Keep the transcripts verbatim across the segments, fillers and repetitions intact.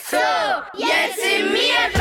So, jetzt sind wir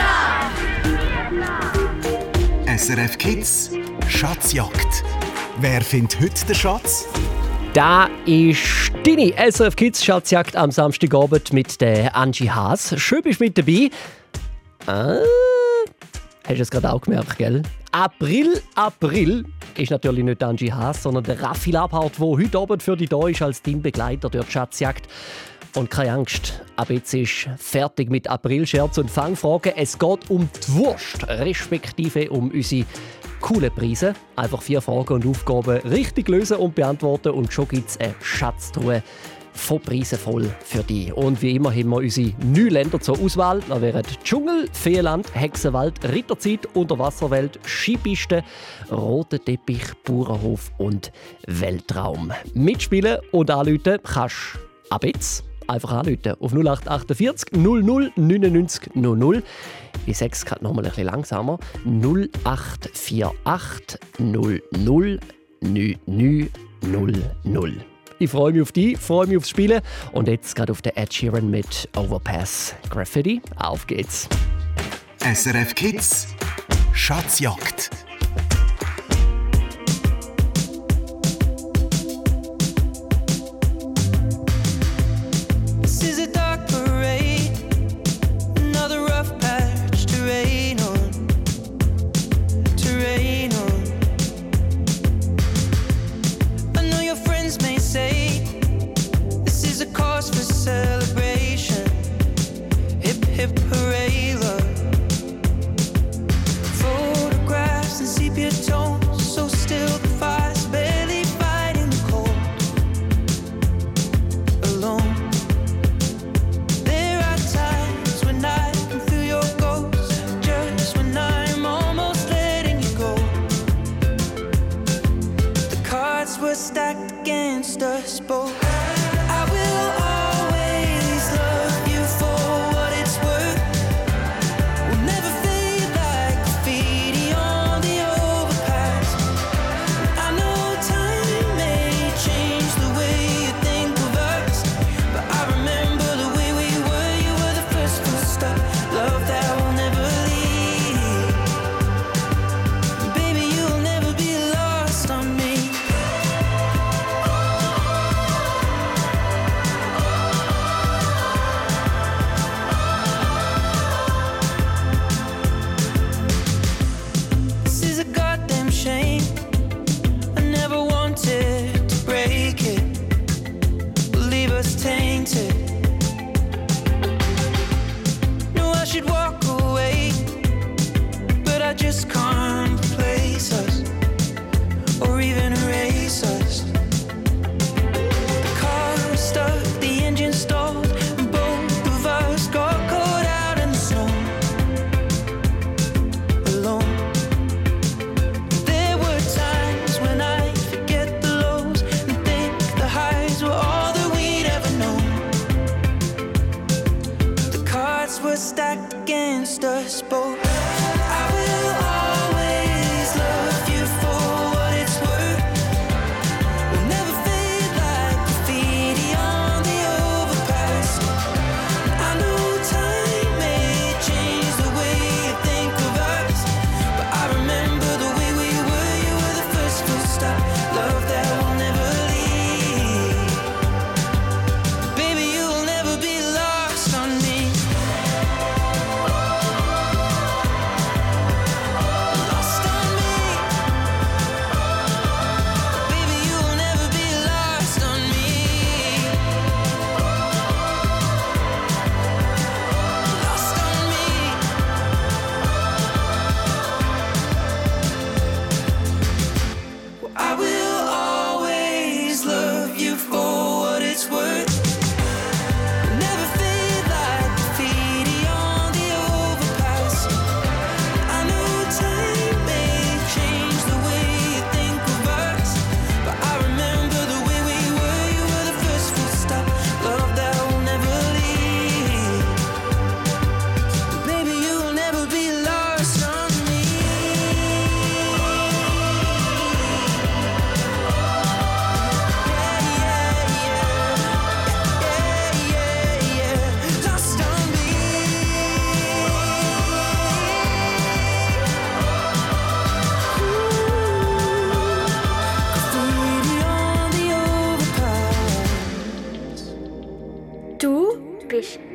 dran! S R F Kids Schatzjagd. Wer findet heute den Schatz? Da ist deine S R F Kids Schatzjagd am Samstagabend mit der Angie Haas. Schön bist du mit dabei. Ah, hast du es gerade auch gemerkt, gell? April, April ist natürlich nicht Angie Haas, sondern der Raffi Labhardt, der heute Abend für dich da ist als dein Begleiter durch die Schatzjagd. Und keine Angst, ab jetzt ist fertig mit April-Scherz und Fangfragen. Es geht um die Wurst, respektive um unsere coolen Preise. Einfach vier Fragen und Aufgaben richtig lösen und beantworten und schon gibt es eine Schatztruhe von Preisen voll für dich. Und wie immer haben wir unsere neun Länder zur Auswahl. Da wären Dschungel, Feenland, Hexenwald, Ritterzeit, Unterwasserwelt, Skipiste, Roter Teppich, Bauernhof und Weltraum. Mitspielen und anrufen kannst du ab jetzt. Einfach anrufen auf null acht achtundvierzig null null neunundneunzig null null. Ich sage es gerade nochmal ein bisschen langsamer. null acht vier acht null null neun neun null null. Ich freue mich auf dich, freue mich aufs Spielen. Und jetzt gerade auf den Ed Sheeran mit Overpass Graffiti. Auf geht's. S R F Kids Schatzjagd.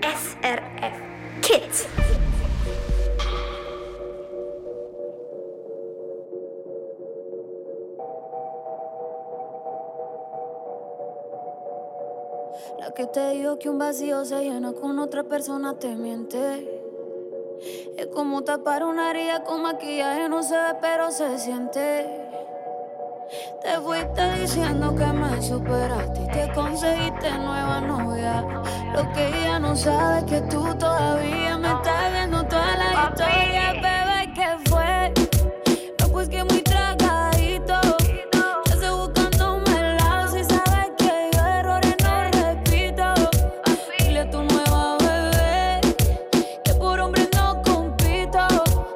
S R F Kids. La que te dijo que un vacío se llena con otra persona te miente. Es como tapar una herida con maquillaje, no se ve pero se siente. Te fuiste diciendo que me superaste y te conseguiste nueva novia. Lo que ella no sabe es que tú todavía me estás viendo toda la historia. Bebé, ¿qué fue? No, pues que muy tragadito. Ya estoy buscándome el lado. Si sabes que yo errores no repito. Dile a tu nueva bebé que por hombre no compito.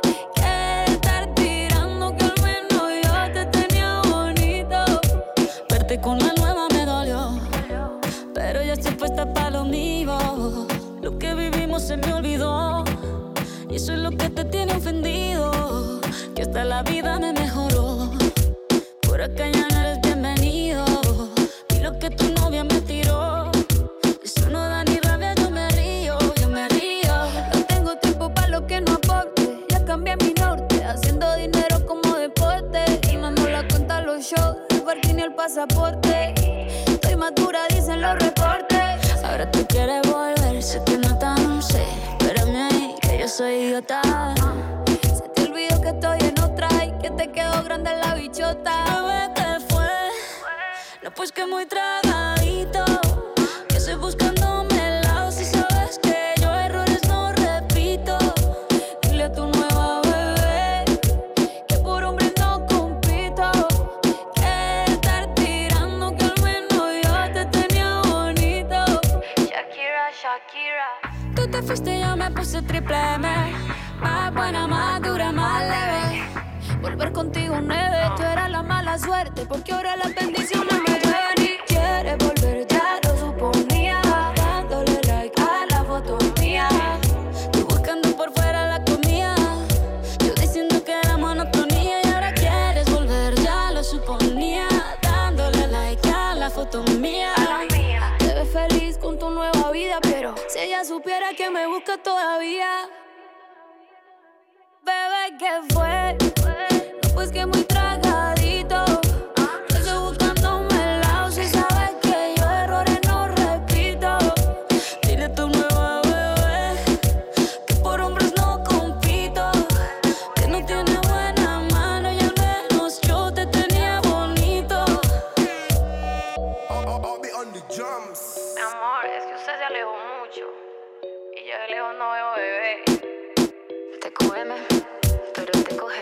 Que estar tirando que al menos yo te tenía bonito. Verte con la nueva me dolió, pero ya estoy puesta para lo mío. Lo que vivimos se me olvidó y eso es lo que te tiene ofendido. Que hasta la vida me mejoró. Por acá ya no eres bienvenido. Y lo que tu novia me tiró, eso no da ni rabia, yo me río, yo me río. No tengo tiempo para lo que no aporte. Ya cambié mi norte, haciendo dinero como deporte. Y no ando la cuenta los shows, el parking y el pasaporte. Estoy madura, dicen los reportes. Ahora tú quieres volver, sé que no tan sé. Espérame ahí, que yo soy idiota. Se te olvidó que estoy en otra y que te quedó grande la bichota. Bebé, ¿qué fue? No, pues que muy tragadito. Que estoy buscándome el lado. Si sabes que yo errores no repito. Dile a tu nueva bebé que por hombre no compito. Que estar tirando que al menos yo te tenía bonito. Shakira, Shakira. Tú te fuiste y yo me puse triple M. Más buena, más dura, más leve. Volver contigo nueve. Tú eras la mala suerte porque ahora las bendiciones me llueven. Y quieres volver, ya lo suponía. Dándole like a la foto mía. Tú buscando por fuera la comida. Yo diciendo que era monotonía. Y ahora quieres volver, ya lo suponía. Dándole like a la foto mía. Te ves feliz con tu nueva vida, pero si ella supiera que me busca todavía. Bebé, ¿qué fue? No, pues que muy tragadito. Yo estoy buscándome el lado. Si sabes que yo errores no repito. Dile a tu nueva bebé que por hombres no compito. Que no tiene buena mano y al menos yo te tenía bonito. Mi amor, es que usted se alejó mucho. Y yo de lejos no veo bebé. Te cógeme, pero te coge.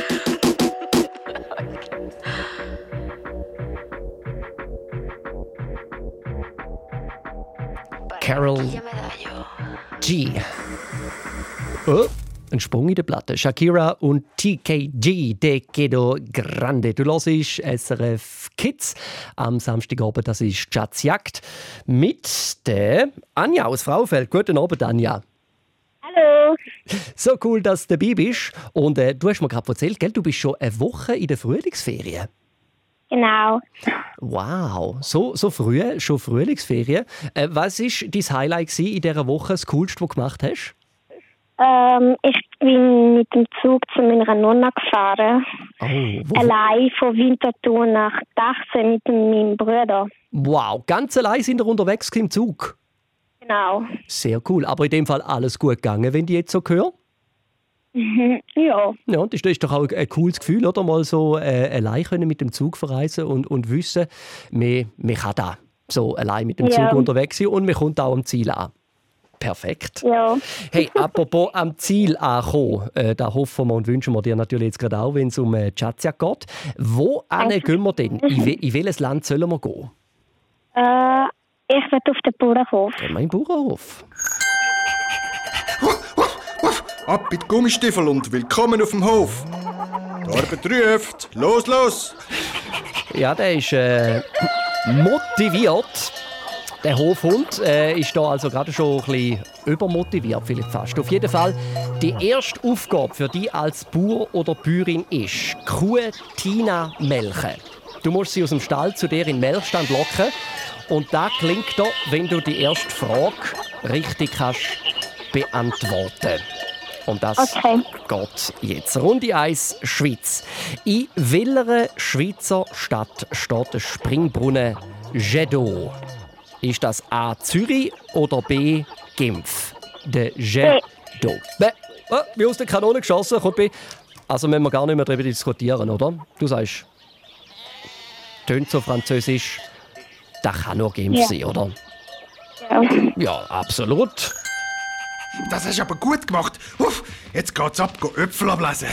Carol G. Oh, ein Sprung in der Platte. Shakira und T K G, De Quedo Grande. Du hörst S R F Kids am Samstagabend. Das ist Schatzjagd mit der Anja aus Frauenfeld. Guten Abend, Anja. Hallo. So cool, dass du dabei bist. Und äh, du hast mir gerade erzählt, gell? Du bist schon eine Woche in der Frühlingsferien. Genau. Wow, so, so früh, schon Frühlingsferien. Äh, was war dein Highlight in dieser Woche, das Coolste, was du gemacht hast? Ähm, ich bin mit dem Zug zu meiner Nonna gefahren. Oh, wo? Allein von Winterthur nach Dachsen mit meinem Bruder. Wow, ganz allein sind wir unterwegs im Zug. Genau. Sehr cool, aber in dem Fall alles gut gegangen, wenn ich jetzt so höre. Ja. Ja, und das ist doch auch ein cooles Gefühl, oder? Mal so äh, allein können mit dem Zug verreisen und, und wissen, man, man kann da so allein mit dem Ja. Zug unterwegs sein und man kommt auch am Ziel an. Perfekt. Ja. Hey, apropos am Ziel ankommen, äh, da hoffen wir und wünschen wir dir natürlich jetzt gerade auch, wenn es um äh, Schatzjagd geht. Wo Danke. gehen wir denn? In, we in welches Land sollen wir gehen? Äh, ich will auf den Bauernhof. Gehen wir in den Bauernhof. Ab mit Gummistiefel und willkommen auf dem Hof. Die Arbeit ruft. Los, los! Ja, der ist äh, motiviert. Der Hofhund äh, ist da also gerade schon ein bisschen übermotiviert, vielleicht fast. Auf jeden Fall, die erste Aufgabe für dich als Bauer oder Bäuerin ist, Kuh Tina melken. Du musst sie aus dem Stall zu dir in den Melkstand locken. Und das klingt da, wenn du die erste Frage richtig kannst beantworten. Und das Okay. geht jetzt. Runde eins, Schweiz. In welcher Schweizer Stadt steht der Springbrunnen Jet d'eau? Ist das A. Zürich oder B. Genf? Der Jet d'eau. Bäh, oh, wie aus der Kanone geschossen, kommt B. Also müssen wir gar nicht mehr darüber diskutieren, oder? Du sagst, tönt so französisch, das kann nur Genf Ja. sein, oder? Ja. Ja, absolut. Das hast du aber gut gemacht. Uff, jetzt geht's ab, go Äpfel ablesen.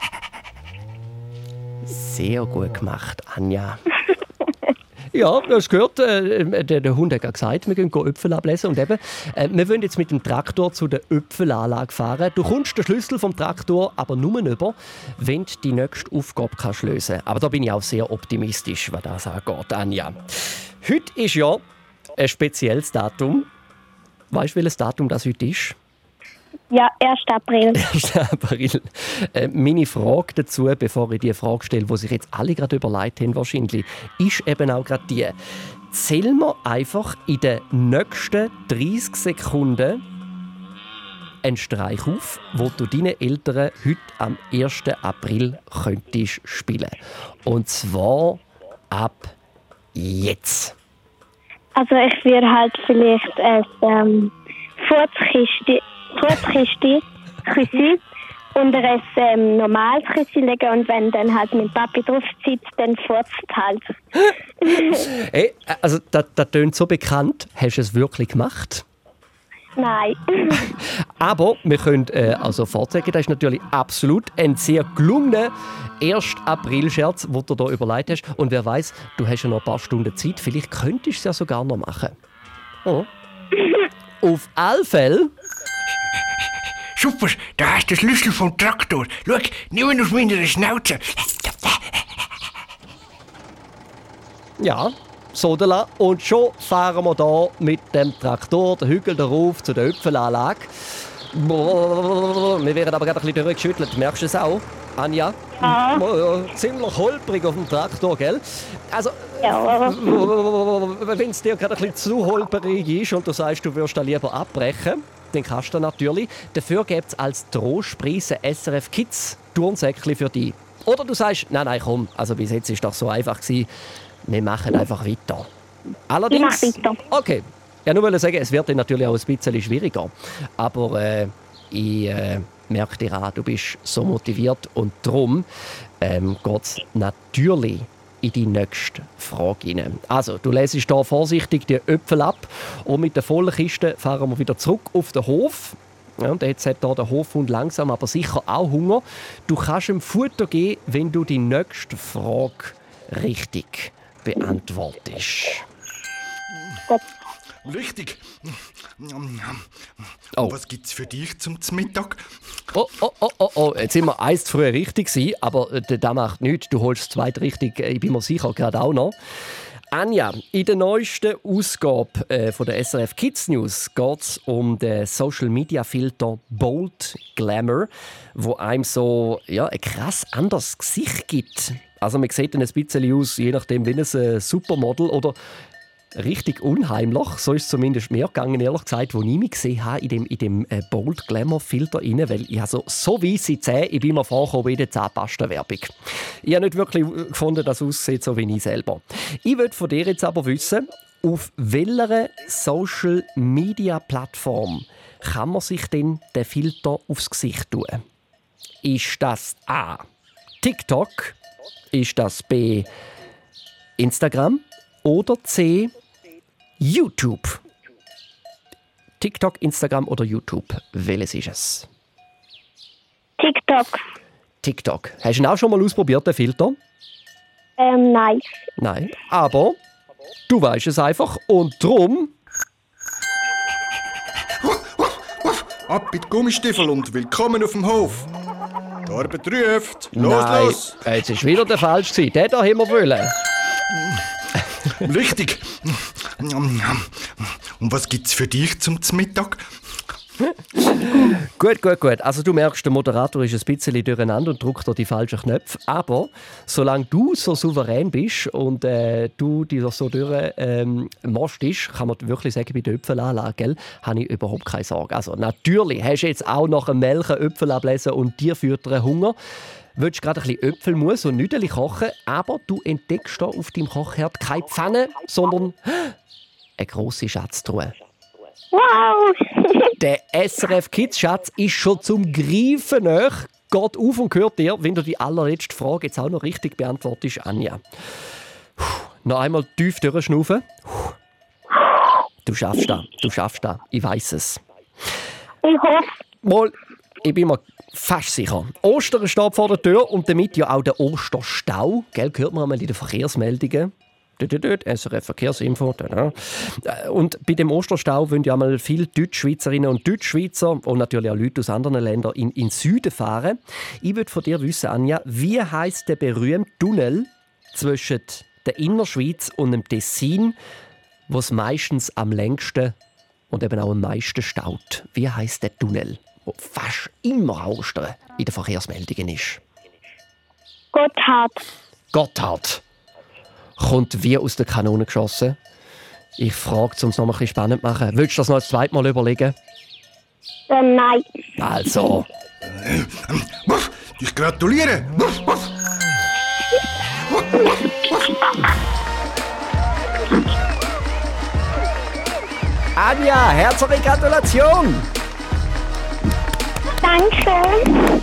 Sehr gut gemacht, Anja. Ja, du hast gehört, äh, der, der Hund hat gerade gesagt, wir gehen Äpfel ablesen. Und eben, äh, wir wollen jetzt mit dem Traktor zu der Äpfelanlage fahren. Du kommst den Schlüssel vom Traktor aber nur über, wenn du die nächste Aufgabe kannst lösen kannst. Aber da bin ich auch sehr optimistisch, was das angeht, Anja. Heute ist ja ein spezielles Datum. Weißt du, welches Datum das heute ist? Ja, erster April. ersten April. Äh, meine Frage dazu, bevor ich die Frage stelle, die sich jetzt alle gerade überlegt haben, wahrscheinlich, ist eben auch gerade die. Zähl mir einfach in den nächsten dreißig Sekunden einen Streich auf, wo du deinen Eltern heute am ersten April könntest spielen. Und zwar ab jetzt. Also ich würde halt vielleicht ein ähm, Furzkiste, Furzkiste Küssi unter ein ähm, normales Küssi legen und wenn dann halt mein Papi drauf sitzt, dann furzt halt. Hey, also das, das klingt so bekannt. Hast du es wirklich gemacht? Nein. Aber wir können äh, also vorzeigen, das ist natürlich absolut ein sehr gelungener erster April-Scherz, den du hier überlegt hast. Und wer weiß, du hast ja noch ein paar Stunden Zeit, vielleicht könntest du es ja sogar noch machen. Oh. Auf alle Fälle. Super, da hast du den Schlüssel vom Traktor. Schau, nimm ihn aus meiner Schnauze. Ja, so da. Und schon fahren wir hier mit dem Traktor den Hügel darauf zu der Äpfelanlage. Wir werden aber gerade ein bisschen durchgeschüttelt. Merkst du es auch, Anja? Ja. Ja, ziemlich holprig auf dem Traktor, gell? Also, Ja, aber wenn es dir gerade ein bisschen zu holperig ist und du sagst, du würdest da lieber abbrechen, dann kannst du natürlich. Dafür gibt es als Trostpreise S R F Kids Turnsäckchen für dich. Oder du sagst, nein, nein, komm, also bis jetzt war es doch so einfach gewesen. Wir machen einfach weiter. Allerdings, Ich mach weiter. Okay. Ja, nur wollte sagen, es wird dann natürlich auch ein bisschen schwieriger. Aber äh, ich äh, merke dir an, du bist so motiviert und darum ähm, geht es natürlich in die nächste Frage hinein. Also, du lesest hier vorsichtig die Äpfel ab und mit der vollen Kiste fahren wir wieder zurück auf den Hof. Ja, und jetzt hat hier der Hofhund langsam aber sicher auch Hunger. Du kannst ihm Futter geben, wenn du die nächste Frage richtig beantwortest. gut. Richtig. Oh. Was gibt's für dich zum Mittag? Oh, oh, oh, oh, oh. Jetzt sind wir eins zu früh richtig gewesen, aber äh, das macht nichts. Du holst das zweite richtig, ich bin mir sicher, gerade auch noch. Anja, in der neuesten Ausgabe äh, von der S R F Kids News geht es um den Social Media Filter Bold Glamour, wo einem so ja, ein krass anderes Gesicht gibt. Also man sieht dann ein bisschen aus, je nachdem, wie es ein Supermodel oder richtig unheimlich. So ist es zumindest mir gegangen, ehrlich gesagt, wo ich mich gesehen habe in dem, in dem äh, Bold Glamour Filter rein, weil ich habe so, so weisse Zähne, ich bin mir vorgekommen wie in der Zahnpasta-Werbung. Ich habe nicht wirklich gefunden, dass es aussieht, so wie ich selber. Ich will von dir jetzt aber wissen, auf welcher Social-Media-Plattform kann man sich denn den Filter aufs Gesicht tun? Ist das A. TikTok? Ist das B. Instagram? Oder C. YouTube? TikTok, Instagram oder YouTube? Welches ist es? TikTok. TikTok. Hast du ihn auch schon mal ausprobiert, den Filter? Ähm, nein. Nein. Aber du weißt es einfach und drum. Ab mit Gummistiefel und willkommen auf dem Hof. Die Arbeit ruft. Los, Nein, los. jetzt ist wieder der falsch gewesen. Den da haben wir wollen. Richtig. Und was gibt's für dich zum Mittag? Gut, gut, gut. Also du merkst, der Moderator ist ein bisschen durcheinander und drückt da die falschen Knöpfe. Aber solange du so souverän bist und äh, du dich so durch ähm, mostest, kann man wirklich sagen, bei der Äpfelanlage, gell, habe ich überhaupt keine Sorge. Also natürlich hast du jetzt auch nach dem Melken Äpfel ablesen und dir füttern Hunger. Du willst gerade ein bisschen Äpfelmus und Nüdeli kochen, aber du entdeckst hier auf deinem Kochherd keine Pfanne, sondern eine grosse Schatztruhe. Wow! Der S R F Kids Schatz ist schon zum Greifen nahe. Geht auf und hört dir, wenn du die allerletzte Frage jetzt auch noch richtig beantwortest, Anja. Puh, noch einmal tief durchschnaufen. Du schaffst das, du schaffst das. Ich weiss es. Ich hoffe. Mal, ich bin mir fast sicher. Ostern steht vor der Tür und damit ja auch der Osterstau. Gell, hört man einmal in den Verkehrsmeldungen. S R F Verkehrsinfo. Und bei dem Osterstau wollen ja mal viele Deutschschweizerinnen und Deutschschweizer und natürlich auch Leute aus anderen Ländern in, in den Süden fahren. Ich würde von dir wissen, Anja, wie heisst der berühmte Tunnel zwischen der Innerschweiz und dem Tessin, wo es meistens am längsten und eben auch am meisten staut? Wie heisst der Tunnel, der fast immer Ostern in den Verkehrsmeldungen ist? Gotthard. Gotthard. Kommt wie aus der Kanone geschossen. Ich frage, um es noch mal ein bisschen spannend zu machen. Willst du das noch ein zweites Mal überlegen? Äh, nein. Also. Ich gratuliere. Anja, herzliche Gratulation! Danke.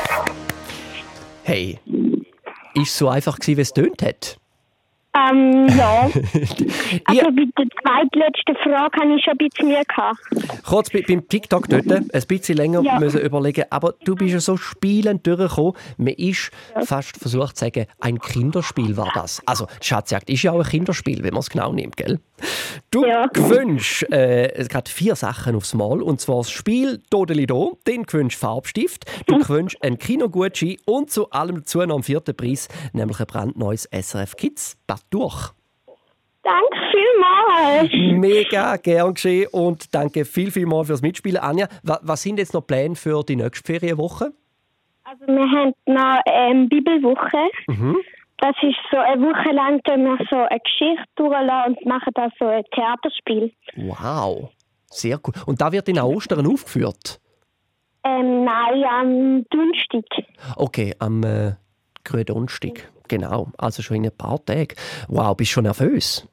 Hey, ist es so einfach gewesen, wie es tönt hat? Ähm, ja. Also Ja. bei der zweitletzten Frage habe ich schon ein bisschen Mühe gehabt. Kurz bei- beim TikTok dort, ein bisschen länger Ja. müssen überlegen, aber du bist ja so spielend durchgekommen. Man ist fast versucht zu sagen, ein Kinderspiel war das. Also die Schatzjagd ist ja auch ein Kinderspiel, wenn man es genau nimmt, gell? Du Ja. gewünscht äh, gerade vier Sachen aufs Mal, und zwar das Spiel «Dodeli Do», dann gewünscht Farbstift, du gewünscht einen Kinogutschein und zu allem dazu noch einen vierten Preis, nämlich ein brandneues S R F Kids Bad durch. Danke vielmals. Mega gern geschehen und danke viel, viel mal fürs Mitspielen. Anja, wa- was sind jetzt noch Pläne für die nächste Ferienwoche? Also wir haben noch eine Bibelwoche. Mhm. Das ist so eine Woche lang, tun wir so eine Geschichte durchlassen und machen da so ein Theaterspiel. Wow, sehr cool. Und da wird in Ostern aufgeführt? Ähm, nein, am Donnerstag. Okay, am äh, Gründonnerstag. Genau, also schon in ein paar Tagen. Wow, bist du schon nervös?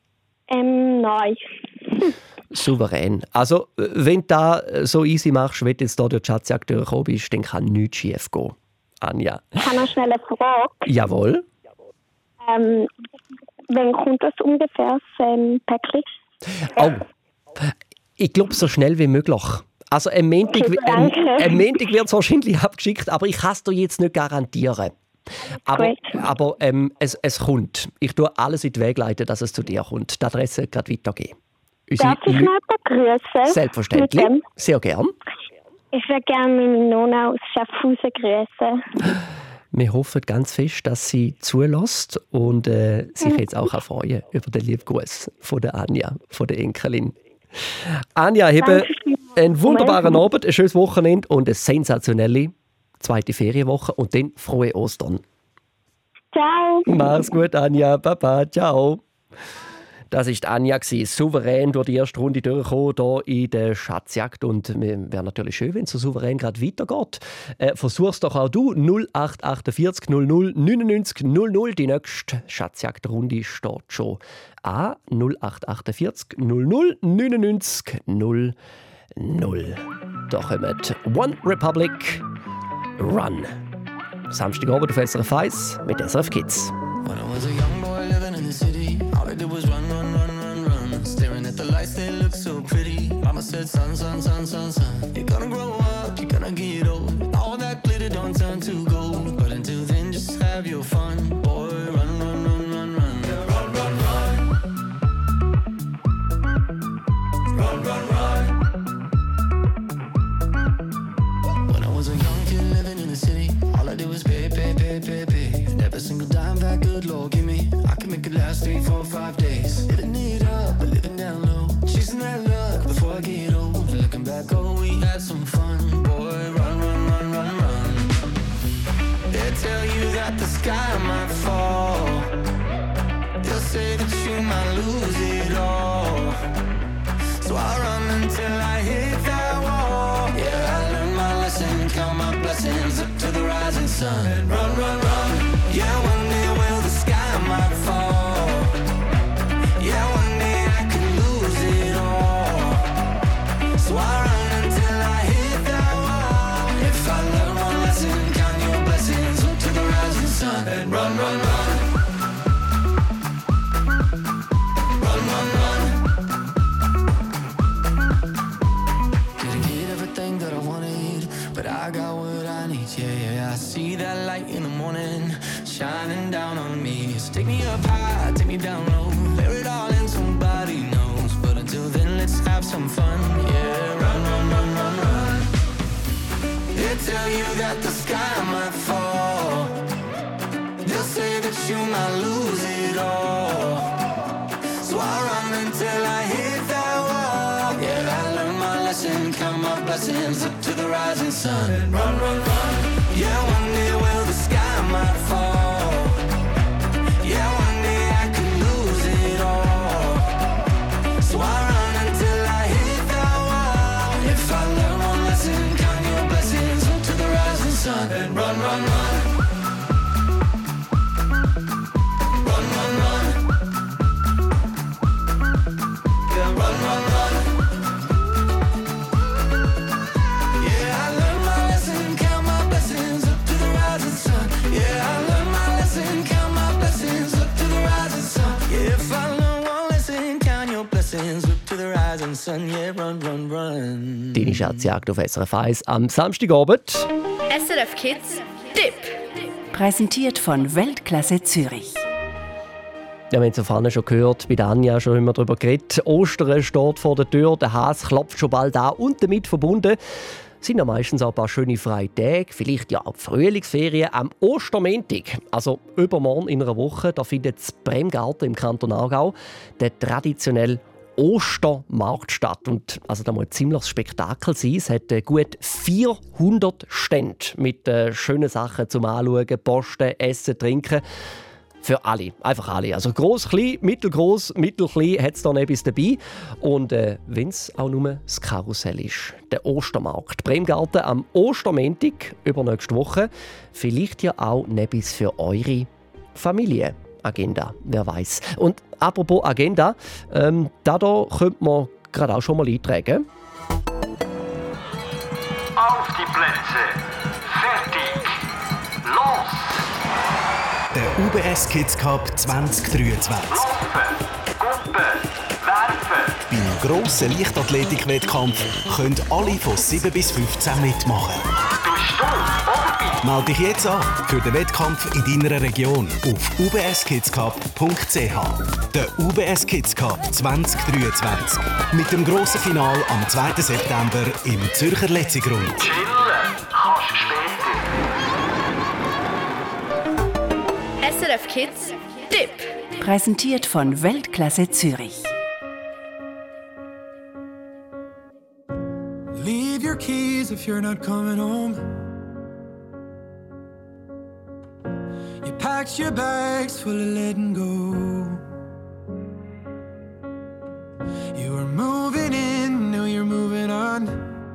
Ähm, nein. Souverän. Also, äh, wenn du das so easy machst, wenn du jetzt hier durch die Schatzjagd durchgekommen bist, dann kann nichts schief gehen. Anja. Ich habe noch schnell eine Frage. Jawohl. Ähm, wann kommt das ungefähr, das ähm, Päckchen? Oh, ich glaube, so schnell wie möglich. Also, am Montag, Okay, am, danke. am Montag wird es wahrscheinlich abgeschickt, aber ich kann es dir jetzt nicht garantieren. Aber, Gut. aber ähm, es, es kommt. Ich tue alles in den Weg leiten, dass es zu dir kommt. Die Adresse gerade weitergeben. Unsere Darf ich Lü- noch jemanden grüßen? Selbstverständlich. Mit dem? Sehr gern. Ich würde gerne meine Nonna aus Schaffhausen grüßen. Wir hoffen ganz fest, dass sie zulässt und äh, sich jetzt auch freuen über den lieben Gruß von der Anja, von der Enkelin. Anja, habe Danke vielmals. einen wunderbaren Abend, ein schönes Wochenende und eine sensationelle zweite Ferienwoche und dann frohe Ostern. Ciao. Mach's gut, Anja. Baba, ciao. Das war Anja, souverän durch die erste Runde durchgekommen hier in der Schatzjagd. Und es wäre natürlich schön, wenn es so souverän gerade weitergeht. Äh, versuch's doch auch du. null acht achtundvierzig null null neunundneunzig null null. Die nächste Schatzjagdrunde steht schon an. null acht achtundvierzig null null neunundneunzig null null. Da kommt One Republic Run. Samstagabend auf S R F eins mit S R F Kids. When I was a young boy living in the city, all I did was run, run, run, run, run. Staring at the lights, they look so pretty. Mama said, son, son, son, son, son, you're gonna grow up, you're gonna get old. All that glitter don't turn to gold. But until then, just have your fun. Boy, run, run, run, run, run. Run, run, run. Run, run, run. When I was a young kid living in the city, all I did was pay, pay, pay, pay, pay. And every single dime that good Lord give me, I can make it last three, four, five days. Living it up, but living down low. Chasing that luck before I get old. Looking back I go, we had some fun. Boy, run, run, run, run, run. They tell you that the sky might fall. They'll say that you might lose it all. So I run until I hit that wall. Yeah, I learned my lesson, count my blessings up to the rising sun. And run, run, run. Yeah, one day will the sky might fall. Yeah, one day I could lose it all. So I run until I hit that wall. If I learn one lesson, count your blessings up to the rising sun. And run, run, run. Run, run, run. Didn't get everything that I wanted, but I got what I need. Yeah, yeah, I see that light in the morning shining down on me. So take me up high, take me down low, bear it all in, somebody knows. But until then, let's have some fun. Yeah, run, run, run, run, run. They tell you that the sky might fall. They'll say that you might lose it all. So I run until I hit that wall. Yeah, I learned my lesson, count my blessings up to the rising sun. And run, run, run. Yeah, one day will the sky might fall. Yeah, one day I could lose it all. So I run until I hit that wall. If I learn one lesson, count your blessings up to the rising sun. And run, run, run. Run, run, run. Yeah, run, run, run. Yeah, I learned my lesson, count my blessings up to the rising sun. Yeah, I learned my lesson, count my blessings up to the rising sun. Yeah, if I learn one lesson, count your blessings up to the rising sun. Yeah, run, run, run. Deine Schatzjagd auf S R F eins am Samstagabend. S R F Kids Tipp. Präsentiert von Weltklasse Zürich. Ja, wir haben es ja vorhin schon gehört, bei der Anja schon immer darüber geredet. Ostern steht vor der Tür, der Hase klopft schon bald an und damit verbunden sind ja meistens auch ein paar schöne freie Tage, vielleicht ja auch Frühlingsferien am Ostermontag. Also übermorgen in einer Woche, da findet das Bremgarten im Kanton Aargau der traditionelle Ostermarkt statt. Und also da muss ein ziemliches Spektakel sein. Es hat gut vierhundert Stände mit äh, schönen Sachen zum Anschauen, Posten, Essen, Trinken. Für alle, einfach alle. Also gross, klein, mittelgroß, mittelklein hat es da etwas dabei. Und äh, wenn es auch nur das Karussell ist, der Ostermarkt. Bremgarten am Ostermontag, übernächste Woche. Vielleicht ja auch etwas für eure Familienagenda, wer weiß. Und apropos Agenda, ähm, da, da könnte man gerade auch schon mal eintragen. Auf die Plätze, fertig, los! Der U B S Kids Cup zwanzig dreiundzwanzig. Laufen, Gumpen, werfen. Beim grossen Leichtathletik-Wettkampf können alle von sieben bis fünfzehn mitmachen. Bist du oben? Melde dich jetzt an für den Wettkampf in deiner Region auf u b s kids cup punkt c h. Der U B S Kids Cup zwanzig dreiundzwanzig. Mit dem grossen Finale am zweiten September im Zürcher Letzigrund. Chillen, kannst du später. S R F Kids Tipp. Präsentiert von Weltklasse Zürich. Leave your keys if you're not coming home. You packed your bags full of letting go. You were moving in, now you're moving on.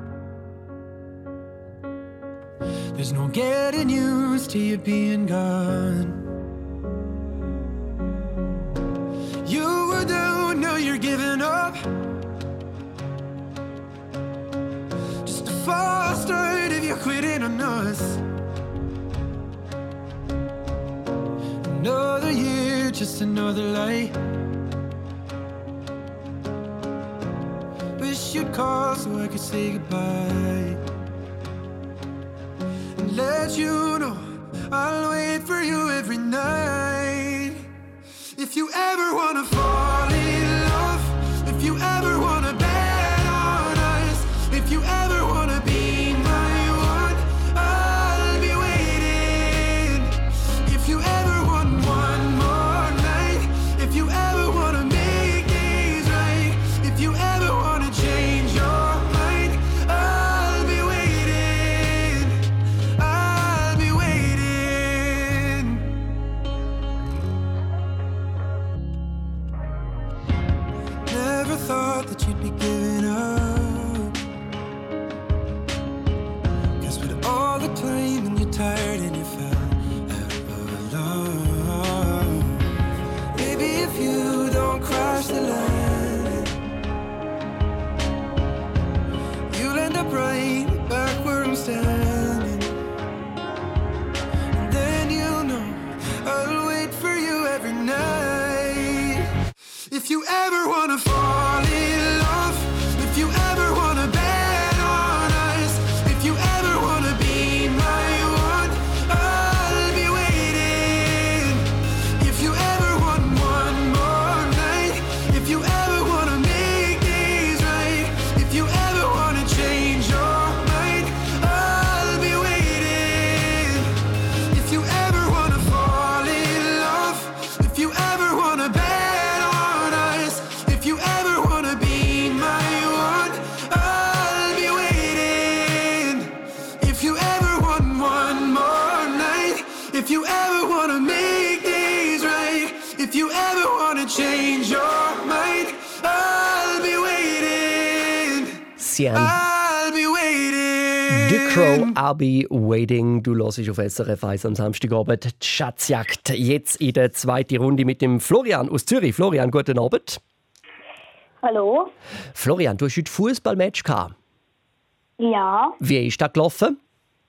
There's no getting used to you being gone. You were down, now you're giving up. Just a false start if you're quitting on us. Another year, just another lie. Wish you'd call so I could say goodbye. And let you know I'll wait for you every night. If you ever wanna fall in love, if you ever wanna bet on us, if you ever wanna be my one, I'll be waiting. If you ever want one more night, if you ever wanna make things right, if you ever wanna change your mind, the plane when you're tired and you fell out of love. Maybe if you don't crash the landing, you'll end up right back where I'm standing. And then you'll know I'll wait for you every night. If you ever wanna fall in love, if you ever wanna bet on us, if you ever wanna be my one, I'll be waiting. If you ever want one more night, if you ever wanna make things right, if you ever wanna change your mind, I'll be waiting. If you ever wanna fall in love, if you ever wanna bet on us, if you ever wanna be my one, I'll be waiting. If you ever want one more night, if you ever wanna make things right, if you ever wanna change your mind, I'll be waiting. Sian. I'll be waiting. The Crow, I'll be waiting. Du hörst auf S R F eins am Samstagabend die Schatzjagd. Jetzt in der zweiten Runde mit dem Florian aus Zürich. Florian, guten Abend. Hallo? Florian, du hast heute Fußballmatch gehabt. Ja. Wie ist das gelaufen?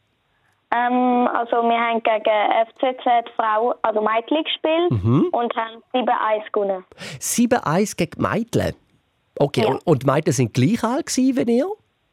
Ähm, also wir haben gegen F C Z Frau, also Mädchen gespielt Mhm. und haben sieben eins gewonnen. sieben eins gegen die Mädchen. Okay, Ja. und- und die Mädchen sind gleich alt gewesen wie ihr?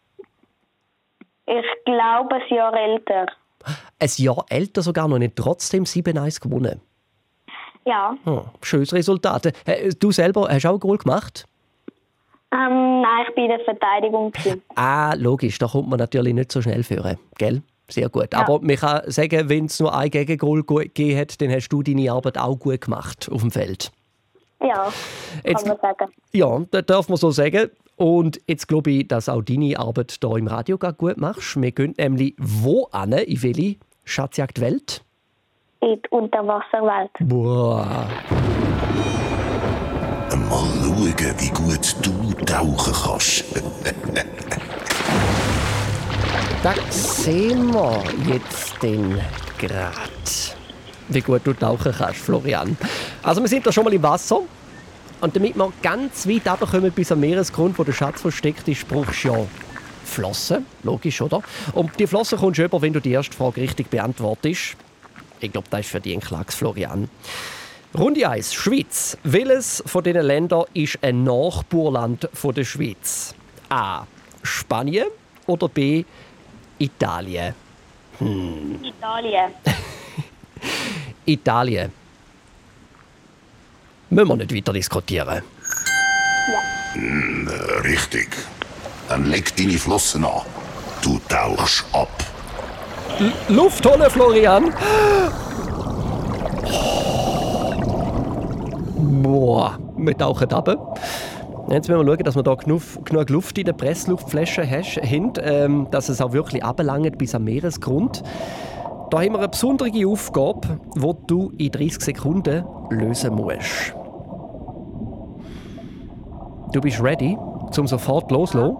Ich glaube, ein Jahr älter. Ein Jahr älter sogar noch nicht, trotzdem sieben eins gewonnen. Ja. Hm, schönes Resultat. Äh, Du selber hast auch ein Goal gemacht? Ähm, nein, ich bin in der Verteidigung gewesen. Ah, logisch, da kommt man natürlich nicht so schnell führen, gell? Sehr gut. Ja. Aber man kann sagen, wenn es nur ein Gegengol ge- gegeben hat, dann hast du deine Arbeit auch gut gemacht auf dem Feld. Ja, Jetzt- kann man sagen. Ja, das darf man so sagen. Und jetzt glaube ich, dass auch deine Arbeit hier im Radio gar gut machst. Wir gehen nämlich wo an? In welche Schatzjagdwelt? In die Unterwasserwelt. Boah. Mal schauen, wie gut du tauchen kannst. Das sehen wir jetzt den grad. Wie gut du tauchen kannst, Florian. Also wir sind da schon mal im Wasser. Und damit wir ganz weit runterkommen bis am Meeresgrund, wo der Schatz versteckt ist, brauchst du ja Flossen. Logisch, oder? Und die Flossen kommst du über, wenn du die erste Frage richtig beantwortest. Ich glaube, das ist für dich ein Klacks, Florian. Runde eins, Schweiz. Welches von diesen Ländern ist ein Nachbarland von der Schweiz? A. Spanien oder B. Italien? Hm. Italien. Italien. Müssen wir nicht weiter diskutieren. Hm, richtig. Dann leg deine Flossen an. Du tauchst ab. L Luft holen, Florian! Boah, wir tauchen runter. Jetzt müssen wir schauen, dass wir hier genug, genug Luft in der Pressluftflasche haben, ähm, dass es auch wirklich runterlangt bis am Meeresgrund. Da haben wir eine besondere Aufgabe, die du in dreißig Sekunden lösen musst. Du bist ready, um sofort loszulassen.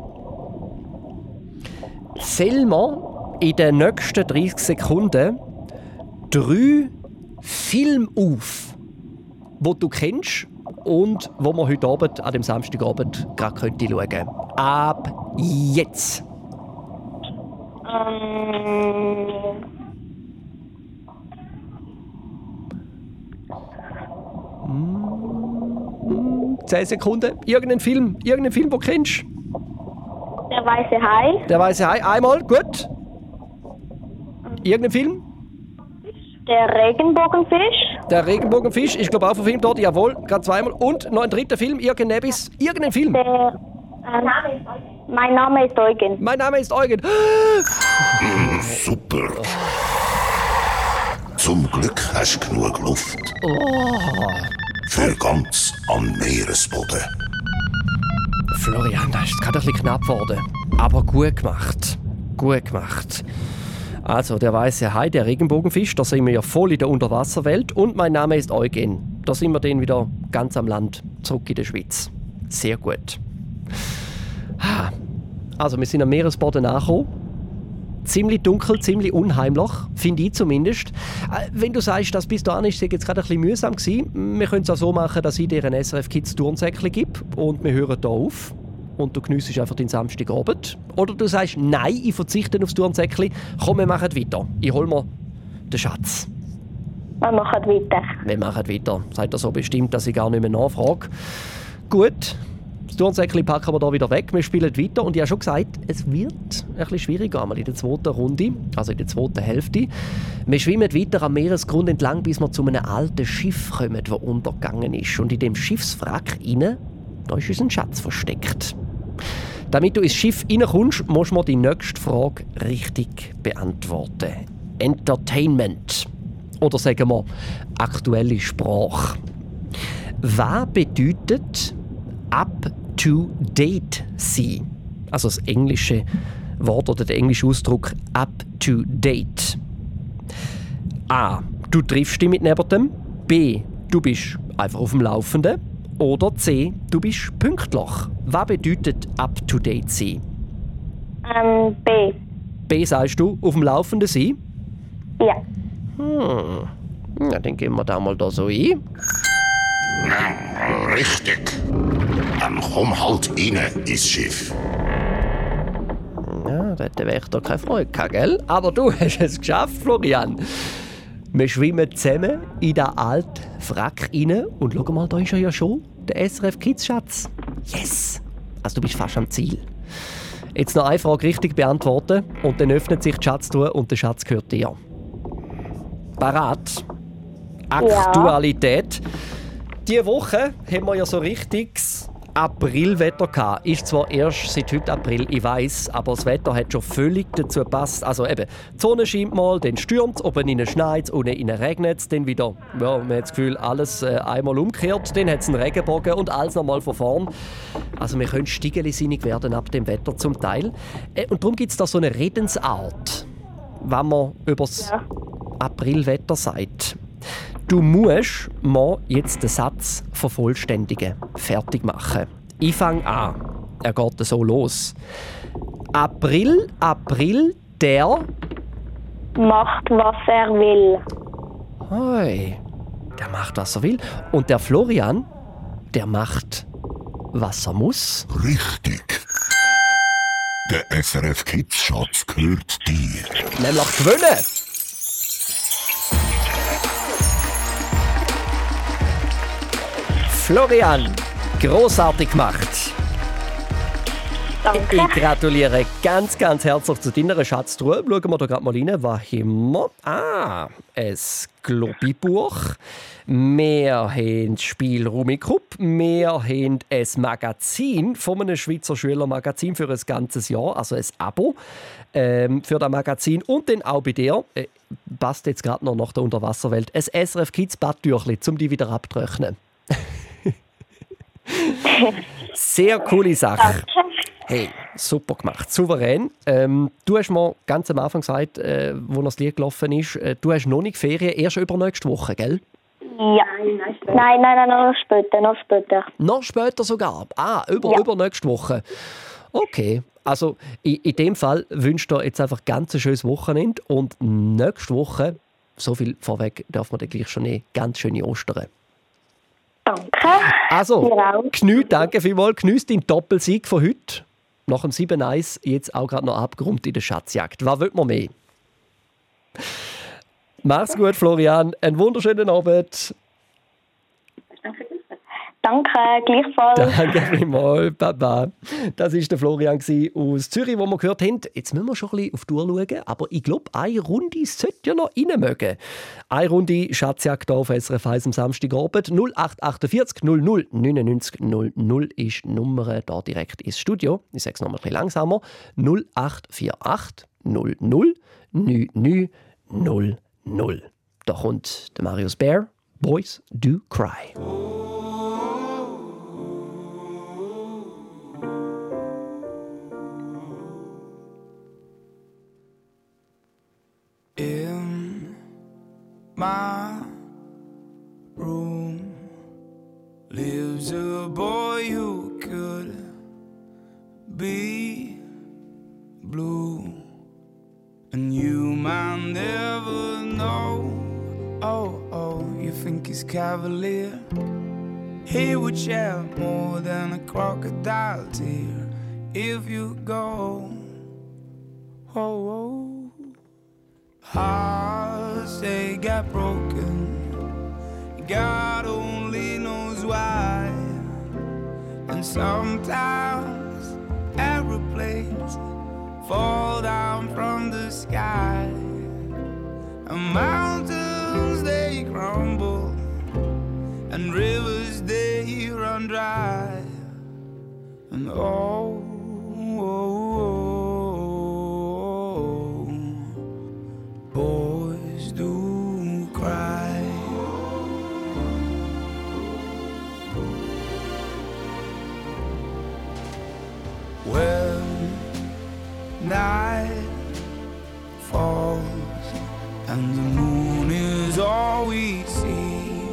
Zähl mir in den nächsten dreißig Sekunden drei Filme auf, die du kennst und wo man heute Abend, an dem Samstagabend, gerade könnte schauen. Ab jetzt! Ähm, zehn Sekunden. Irgendein Film, irgendein Film, den du kennst. der weiße Hai. Der weiße Hai. Einmal, gut. Irgendein Film. Der Regenbogenfisch. Der Regenbogenfisch. Ich glaube auch vom Film dort. Jawohl, gerade zweimal. Und noch ein dritter Film. Irgendein, irgendein Film. Der, ähm, mein Name ist Eugen. Mein Name ist Eugen. Hm, super. Zum Glück hast du genug Luft. Oh. Für ganz am Meeresboden. Florian, das ist gerade ein bisschen knapp geworden. Aber gut gemacht. Gut gemacht. Also, der weiße Hai, der Regenbogenfisch, da sind wir ja voll in der Unterwasserwelt. Und mein Name ist Eugen. Da sind wir dann wieder ganz am Land, zurück in der Schweiz. Sehr gut. Also, wir sind am Meeresboden angekommen. Ziemlich dunkel, ziemlich unheimlich, finde ich zumindest. Äh, wenn du sagst, dass bis dahin ist es jetzt gerade ein bisschen mühsam gewesen, wir können es auch so machen, dass ich dir ein S R F Kids Turnsäckchen gebe und wir hören hier auf. Und du geniessest einfach den Samstagabend. Oder du sagst, nein, ich verzichte aufs Turnsäckchen. Komm, wir machen weiter. Ich hol mir den Schatz. Wir machen weiter. Wir machen weiter. Seid ihr so bestimmt, dass ich gar nicht mehr nachfrage? Gut. Das Turnsäckchen packen wir hier wieder weg. Wir spielen weiter. Und ich habe schon gesagt, es wird ein bisschen schwieriger einmal in der zweiten Runde, also in der zweiten Hälfte. Wir schwimmen weiter am Meeresgrund entlang, bis wir zu einem alten Schiff kommen, das untergegangen ist. Und in dem Schiffswrack innen, da ist unser Schatz versteckt. Damit du ins Schiff reinkommst, musst du mir die nächste Frage richtig beantworten. Entertainment. Oder sagen wir, aktuelle Sprache. Was bedeutet up to date sein? Also das englische Wort oder der englische Ausdruck up to date. A. Du triffst dich mit jemandem. B. Du bist einfach auf dem Laufenden. Oder C. Du bist pünktlich. Was bedeutet up to date sein? Ähm, B. B sagst du, auf dem Laufenden sein? Ja. Hm. Na, dann gehen wir da mal da so ein. Ja, richtig. Dann komm halt rein ins Schiff. Ja, da hätte ich doch keine Freude gehabt, gell? Aber du hast es geschafft, Florian. Wir schwimmen zusammen in den alten Wrack rein und schau mal, da ist er ja schon, der S R F Kids Schatz. Yes! Also du bist fast am Ziel. Jetzt noch eine Frage richtig beantworten und dann öffnet sich die Schatztruhe und der Schatz gehört dir. Parat? Aktualität. Ja. Diese Woche haben wir ja so richtiges Aprilwetter gehabt. Ist zwar erst seit heute April, ich weiss, aber das Wetter hat schon völlig dazu gepasst. Also eben, die Sonne scheint mal, dann stürmt es, oben innen schneit es, unten innen regnet es, dann wieder, ja, man hat das Gefühl, alles äh, einmal umgekehrt, dann hat es einen Regenbogen und alles nochmal von vorn. Also wir können stiegelisinnig werden ab dem Wetter zum Teil. Äh, und darum gibt es da so eine Redensart, wenn man über das ja. Aprilwetter sagt. Du musst mal jetzt den Satz vervollständigen, fertig machen. Ich fange an. Er geht so los. April, April, der macht, was er will. Hey, der macht, was er will. Und der Florian, der macht, was er muss. Richtig. Der S R F Kids Schatz gehört dir. Nämlich gewinnen. Florian, grossartig gemacht. Danke. Ich gratuliere ganz, ganz herzlich zu deiner Schatztruhe. Schauen wir da gerade mal rein. Was haben wir? Ah, ein Globibuch. Wir haben das Spiel Rummikub. Wir haben ein Magazin von einem Schweizer Schülermagazin für ein ganzes Jahr, also ein Abo ähm, für das Magazin. Und dann auch bei dir, äh, passt jetzt gerade noch nach der Unterwasserwelt, ein S R F Kids Badtüchli, um die wieder abzutrocknen. Sehr coole Sache. Hey, super gemacht, souverän. Ähm, du hast mir ganz am Anfang gesagt, äh, wo das Lied gelaufen ist, äh, du hast noch nicht Ferien, erst übernächste Woche, gell? Ja. Nein, nein, nein, noch später, noch später. Noch später sogar? Ah, über, ja. übernächste Woche. Okay, also in, in dem Fall wünsche ich dir jetzt einfach ganz ein schönes Wochenende und nächste Woche, so viel vorweg darf man dann gleich schon nehmen, ganz schöne Ostern. Danke. Also, Knü, danke vielmals. Geniess deinen Doppelsieg von heute. Nach dem sieben eins jetzt auch gerade noch abgerundet in der Schatzjagd. Was will man mehr? Mach's gut, Florian. Einen wunderschönen Abend. Danke, gleichfalls. Danke vielmals, Papa. Das war der Florian aus Zürich, den wir gehört haben. Jetzt müssen wir schon ein bisschen auf die Uhr schauen, aber ich glaube, eine Runde sollte ja noch rein mögen. Eine Runde Schatzjagd auf S R F eins am Samstagabend. null acht achtundvierzig null null neunundneunzig null null ist die Nummer da direkt ins Studio. Ich sage es noch mal ein bisschen langsamer. null acht vier acht null null neun neun null null. Da kommt der Marius Bär. Boys Do Cry. In my room lives a boy who could be blue. and you might never know. Oh, oh, you think he's cavalier? He would shed more than a crocodile tear if you go. Oh, oh. Hearts, they got broken, God only knows why. And sometimes aeroplanes fall down from the sky, and mountains they crumble, and rivers they run dry. And oh, oh, oh, boys do cry. When night falls and the moon is all we see,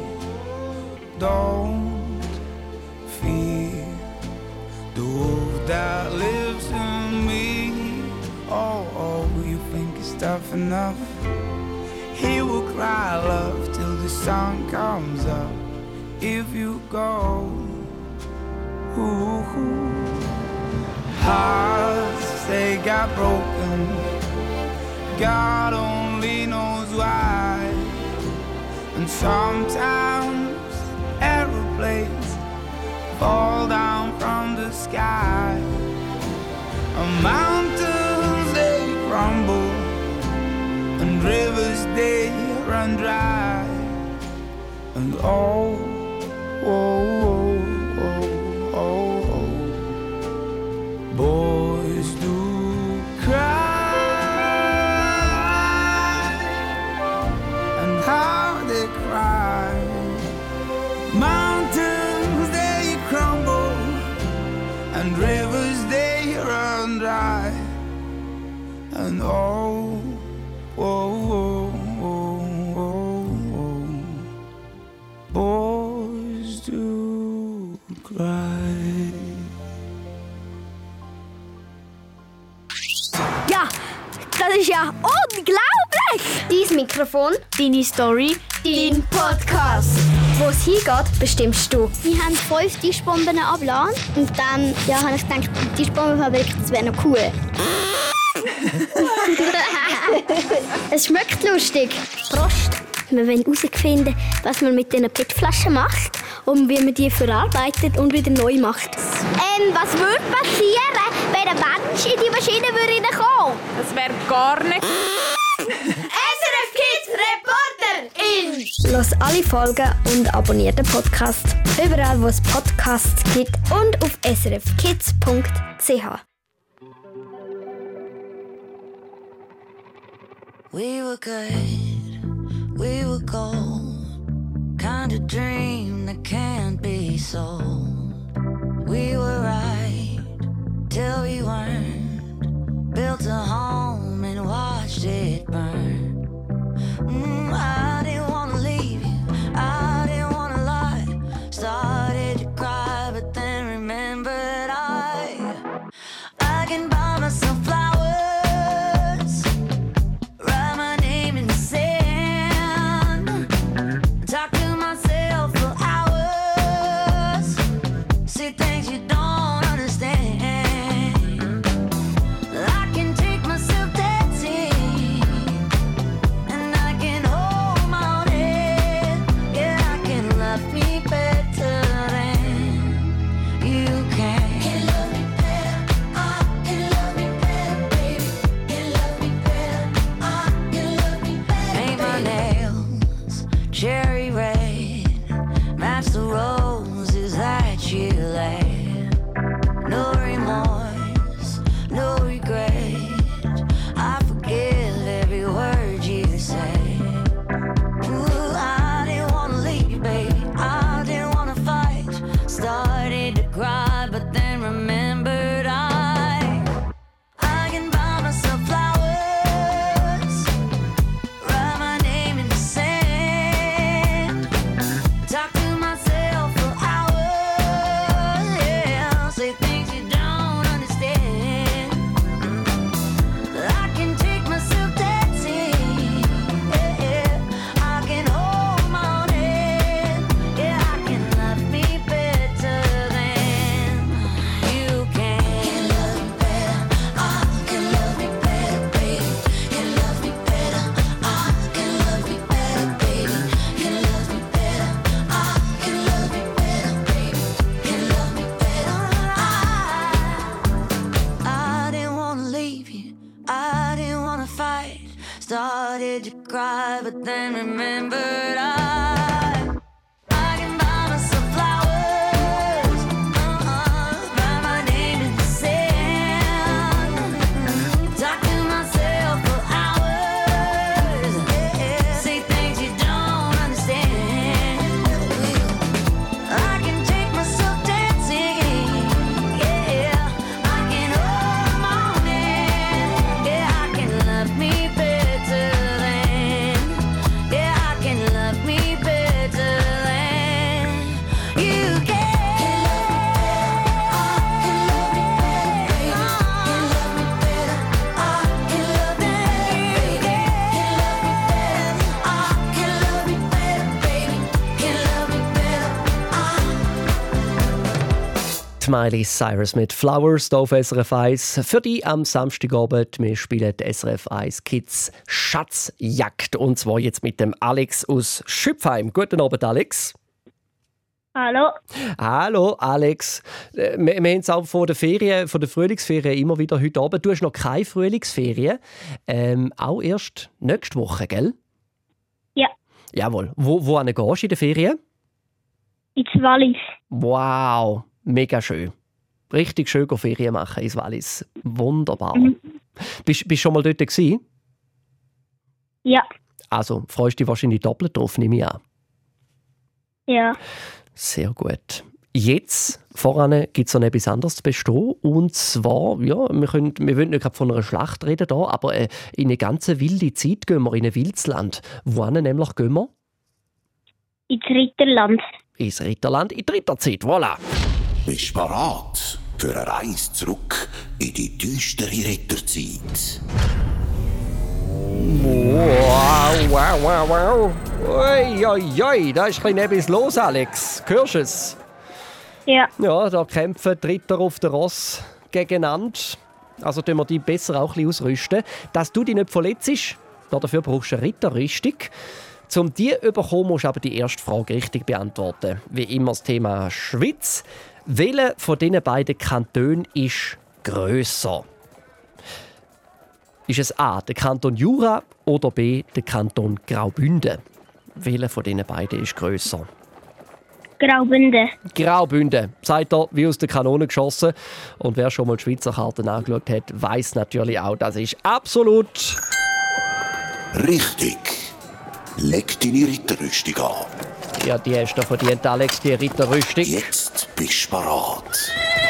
don't fear the wolf that lives in me. Oh, oh, you think it's tough enough? He will cry love till the sun comes up if you go. Ooh, ooh. Hearts, they got broken, God only knows why. And sometimes aeroplanes fall down from the sky, and mountains they crumble, and rivers they run dry. And oh, oh, oh, oh, oh, oh, boys do cry, and how they cry. Mountains they crumble, and rivers they run dry. And oh, oh, oh, oh, oh, oh, boys do cry. Ja, das ist ja unglaublich! Dein Mikrofon, deine Story, dein Podcast. Wo es hingeht, bestimmst du. Wir haben fünf Tischbomben abgeladen und dann ja, habe ich gedacht, die Tischbombenfabrik, das wäre noch cool. Es schmeckt lustig. Prost! Wir wollen herausfinden, was man mit diesen P E T-Flaschen macht und wie man die verarbeitet und wieder neu macht. Ähm, was würde passieren, wenn ein Mensch in die Maschine würde kommen? Das wäre gar nicht... S R F Kids Reporterin! Los alle Folgen und abonniert den Podcast. Überall, wo es Podcasts gibt und auf s r f kids punkt c h. We were good, we were gold, kind of dream that can't be sold. We were right till we weren't, built a home and watched it burn. Mm, I didn't wanna leave you, I didn't wanna lie. Started to cry, but then remembered I I can buy myself flowers, write my name in the sand, talk to myself for hours, see things you don't understand. I can take myself dancing Started to cry, but then remembered I I can buy myself flowers, uh-uh, write my name in the sand, talk to myself for hours, yeah, say things you don't understand. I can take myself dancing, yeah, I can hold the morning, yeah, I can love me better than, yeah, I can love me better than you can. Die Miley Cyrus mit Flowers hier auf S R F eins. Für dich am Samstagabend. Wir spielen die S R F eins Kids Schatzjagd. Und zwar jetzt mit dem Alex aus Schüpfheim. Guten Abend, Alex. Hallo. Hallo, Alex. Äh, Wir, wir haben es auch von der Ferien, von der Frühlingsferien immer wieder heute Abend. Du hast noch keine Frühlingsferien. Ähm, auch erst nächste Woche, gell? Ja. Jawohl. Wo, wo gehst du in den Ferien? Ins Wallis. Wow, mega schön. Richtig schön go Ferien machen ins Wallis. Wunderbar. Mhm. Bist du schon mal dort gewesen? Ja. Also, freust du dich wahrscheinlich doppelt drauf, nehme ich an. Ja. Sehr gut. Jetzt, voran, gibt es noch etwas anderes zu bestehen. Und zwar, ja, wir, können, wir wollen nicht gerade von einer Schlacht reden, da, aber äh, in eine ganz wilde Zeit gehen wir, in ein wildes Land. Wohin nämlich gehen wir? Ins Ritterland. Ins Ritterland, in dritter Zeit, voilà. Bist du bereit für eine Reise zurück in die düstere Ritterzeit? Wow, wow, wow, wow. Ui, ui, ui, da ist ein bisschen etwas los, Alex. Hörst du es? Ja. Ja, da kämpfen die Ritter auf der Ross gegeneinander. Also tun wir die besser auch ein bisschen ausrüsten. Dass du dich nicht verletzt, dafür brauchst du eine Ritterrüstung. Um die zu bekommen, musst du aber die erste Frage richtig beantworten. Wie immer das Thema Schweiz. Welcher von diesen beiden Kantonen ist grösser? Ist es A, der Kanton Jura oder B, der Kanton Graubünden? Welcher von diesen beiden ist grösser? Graubünden. Graubünden, sagt er, wie aus der Kanone geschossen. Und wer schon mal die Schweizer Karten angeschaut hat, weiss natürlich auch, das ist absolut richtig. Leg deine Ritterrüstung an. Ja, die hast du verdient, Alex, die Ritterrüstung. Jetzt bist du bereit.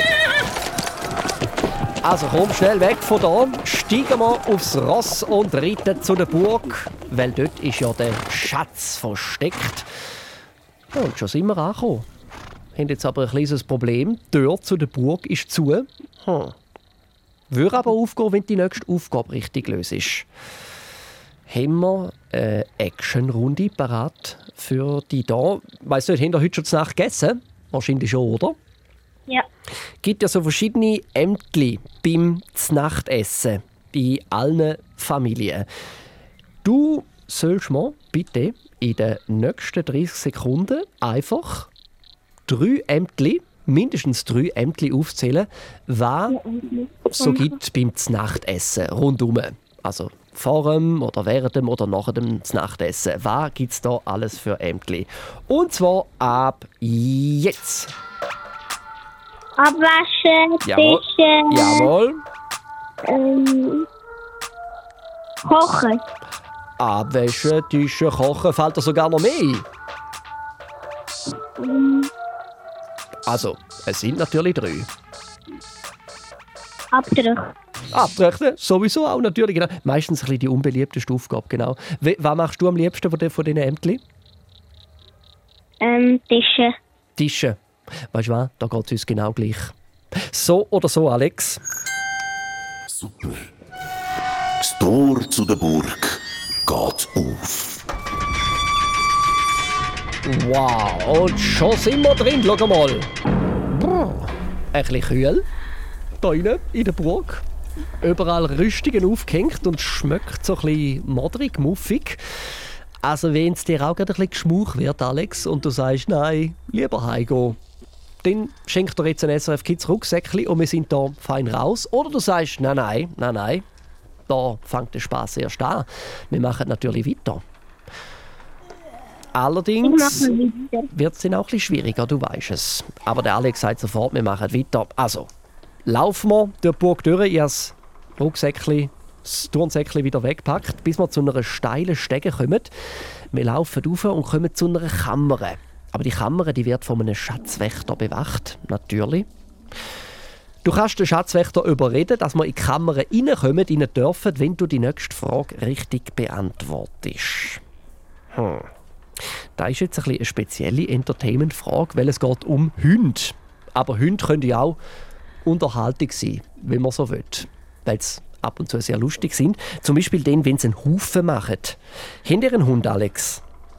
Also komm schnell weg von da, steigen wir aufs Ross und reiten zu der Burg, weil dort ist ja der Schatz versteckt. Ja, und schon sind wir angekommen. Wir haben jetzt aber ein kleines Problem. Die Tür zu der Burg ist zu. Hm. Würde aber aufgehen, wenn die nächste Aufgabe richtig löst. Haben wir eine Action-Runde parat für die da? Weißt du, haben wir heute schon zur Nacht gegessen? Wahrscheinlich schon, oder? Ja. Es gibt ja so verschiedene Ämtli beim Znachtessen bei allen Familien. Du sollst mir bitte in den nächsten dreißig Sekunden einfach drei Ämtli, mindestens drei Ämtli aufzählen, was es so gibt beim Znachtessen rundum. Also vor dem oder während dem oder nach dem Znachtessen. Was gibt es da alles für Ämtli? Und zwar ab jetzt. Abwaschen, Jawohl. Fischen. Jawohl. Ähm, kochen. Abwaschen, Tischen, kochen, fällt da sogar noch mehr ein? Ähm, Also, es sind natürlich drei. Abdruck. Abtreten, sowieso auch natürlich. Genau. Meistens ein bisschen die unbeliebteste Aufgabe, genau. We- Was machst du am liebsten von, de- von diesen Ämtchen? Ähm, Tische. Tische. Weißt du was? Da geht es uns genau gleich. So oder so, Alex? Super. Das Tor zu der Burg geht auf. Wow, und schon sind wir drin. Schau mal. Brr. Ein bisschen kühl. Da rein, in der Burg. Überall Rüstungen aufgehängt und schmeckt so ein bisschen modrig, muffig. Also wenn es dir auch gerade ein bisschen geschmauch wird, Alex, und du sagst, nein, lieber heimgehen, dann schenkt dir jetzt ein S R F Kids Rucksäckchen und wir sind da fein raus. Oder du sagst, nein, nein, nein, nein, da fängt der Spass erst an. Wir machen natürlich weiter. Allerdings wird es dann auch ein bisschen schwieriger, du weißt es. Aber der Alex sagt sofort, wir machen weiter. Also, laufen wir durch die Burg durch. Ich habe das Rucksäckchen, das Turnsäckchen wieder weggepackt, bis wir zu einer steilen Stege kommen. Wir laufen rauf und kommen zu einer Kammer. Aber die Kammer die wird von einem Schatzwächter bewacht, natürlich. Du kannst den Schatzwächter überreden, dass wir in die Kammer reinkommen, rein dürfen, wenn du die nächste Frage richtig beantwortest. Hm. Das ist jetzt ein bisschen eine spezielle Entertainment-Frage, weil es geht um Hunde. Aber Hunde können ja auch Unterhaltung sein, wenn man so will. Weil sie ab und zu sehr lustig sind. Zum Beispiel dann, wenn sie einen Haufen machen. Habt ihr einen Hund, Alex?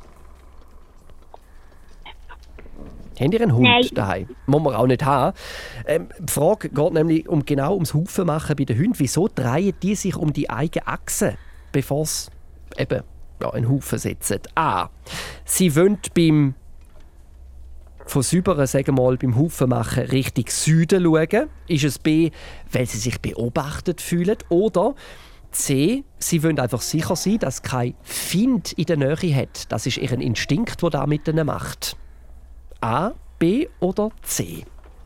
Habt ihr einen Hund Nein. daheim? Muss man auch nicht haben. Ähm, die Frage geht nämlich um, genau ums Haufenmachen bei den Hunden. Wieso drehen die sich um die eigene Achse, bevor sie eben ja, einen Haufen setzen? A. Sie wollen beim von Süberen, sagen wir mal, beim Haufenmachen Richtung Süden schauen. Ist es B, weil sie sich beobachtet fühlen? Oder C, sie wollen einfach sicher sein, dass kein Feind in der Nähe hat. Das ist ihr Instinkt, der da mit ihnen macht. A, B oder C?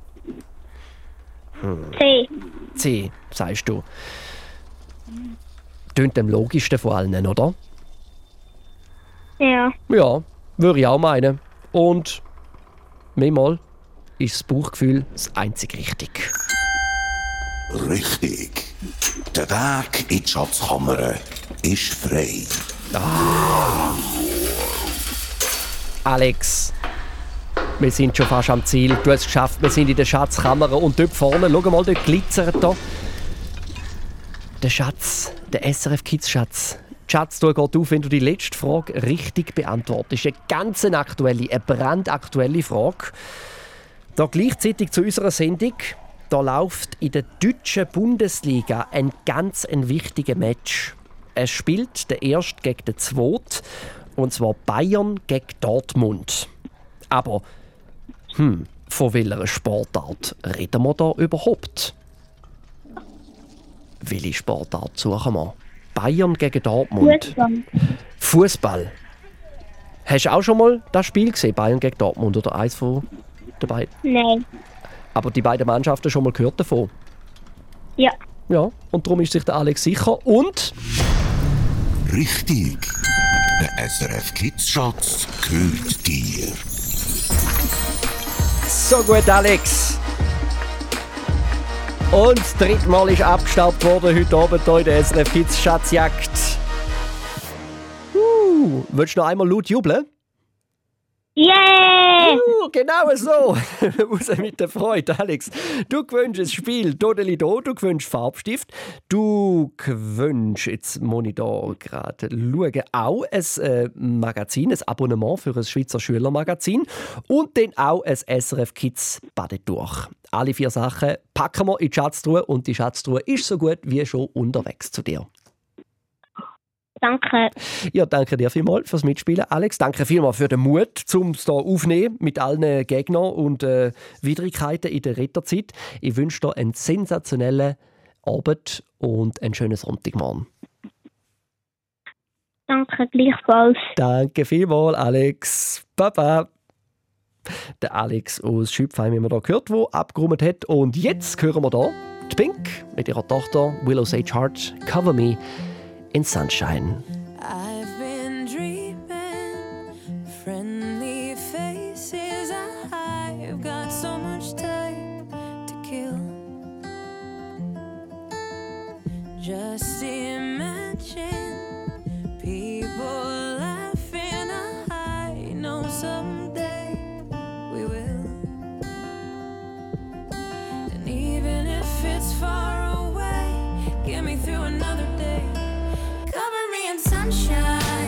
Hm. C. C, sagst du. Tönt am logischsten von allen, oder? Ja. Ja, würde ich auch meinen. Und manchmal ist das Bauchgefühl das einzig Richtige. Richtig. Der Weg in die Schatzkammer ist frei. Ah. Alex, wir sind schon fast am Ziel. Du hast es geschafft, wir sind in der Schatzkammer und dort vorne, schau mal, dort glitzert da. Der Schatz, der S R F Kids Schatz. Die Schatztruhe geht auf, wenn du die letzte Frage richtig beantwortest. Eine ganz aktuelle, eine brandaktuelle Frage. Da gleichzeitig zu unserer Sendung, da läuft in der deutschen Bundesliga ein ganz ein wichtiger Match. Es spielt der Erste gegen den Zweiten, und zwar Bayern gegen Dortmund. Aber, hm, von welcher Sportart reden wir da überhaupt? Welche Sportart suchen wir? Bayern gegen Dortmund. Fußball. Fußball. Hast du auch schon mal das Spiel gesehen, Bayern gegen Dortmund, oder eins von den beiden? Nein. Aber die beiden Mannschaften schon mal gehört davon? Ja. Ja, und darum ist sich der Alex sicher. Und? Richtig. Der S R F Kids Schatz gehört dir. So gut, Alex. Und das dritte Mal ist abgestaubt worden heute Abend hier in der S R F Kids Schatzjagd. Uh, willst du noch einmal laut jubeln? Yeah! Uh, genau so. Raus mit der Freude, Alex. Du gewünschst ein Spiel Dodeli Do, du gewünschst Farbstift, du gewünschst, jetzt muss ich da gerade schauen, auch ein äh, Magazin, ein Abonnement für ein Schweizer Schülermagazin und dann auch ein S R F Kids Badetuch. Alle vier Sachen packen wir in die Schatztruhe und die Schatztruhe ist so gut wie schon unterwegs zu dir. Danke. Ja, danke dir vielmals fürs Mitspielen, Alex. Danke vielmals für den Mut, um es hier aufzunehmen mit allen Gegnern und äh, Widrigkeiten in der Retterzeit. Ich wünsche dir einen sensationellen Abend und einen schönen Sonntagmorgen. Danke, gleichfalls. Danke vielmals, Alex. Baba. Der Alex aus Schüpfheim, wie man da gehört, der abgeräumt hat. Und jetzt hören wir hier die Pink mit ihrer Tochter Willow Sage Hart, Cover Me in Sunshine. I've been dreaming, friendly faces. I've got so much time to kill. Just imagine people laughing. I know someday we will. And even if it's far away, get me through another day. Cover me in sunshine.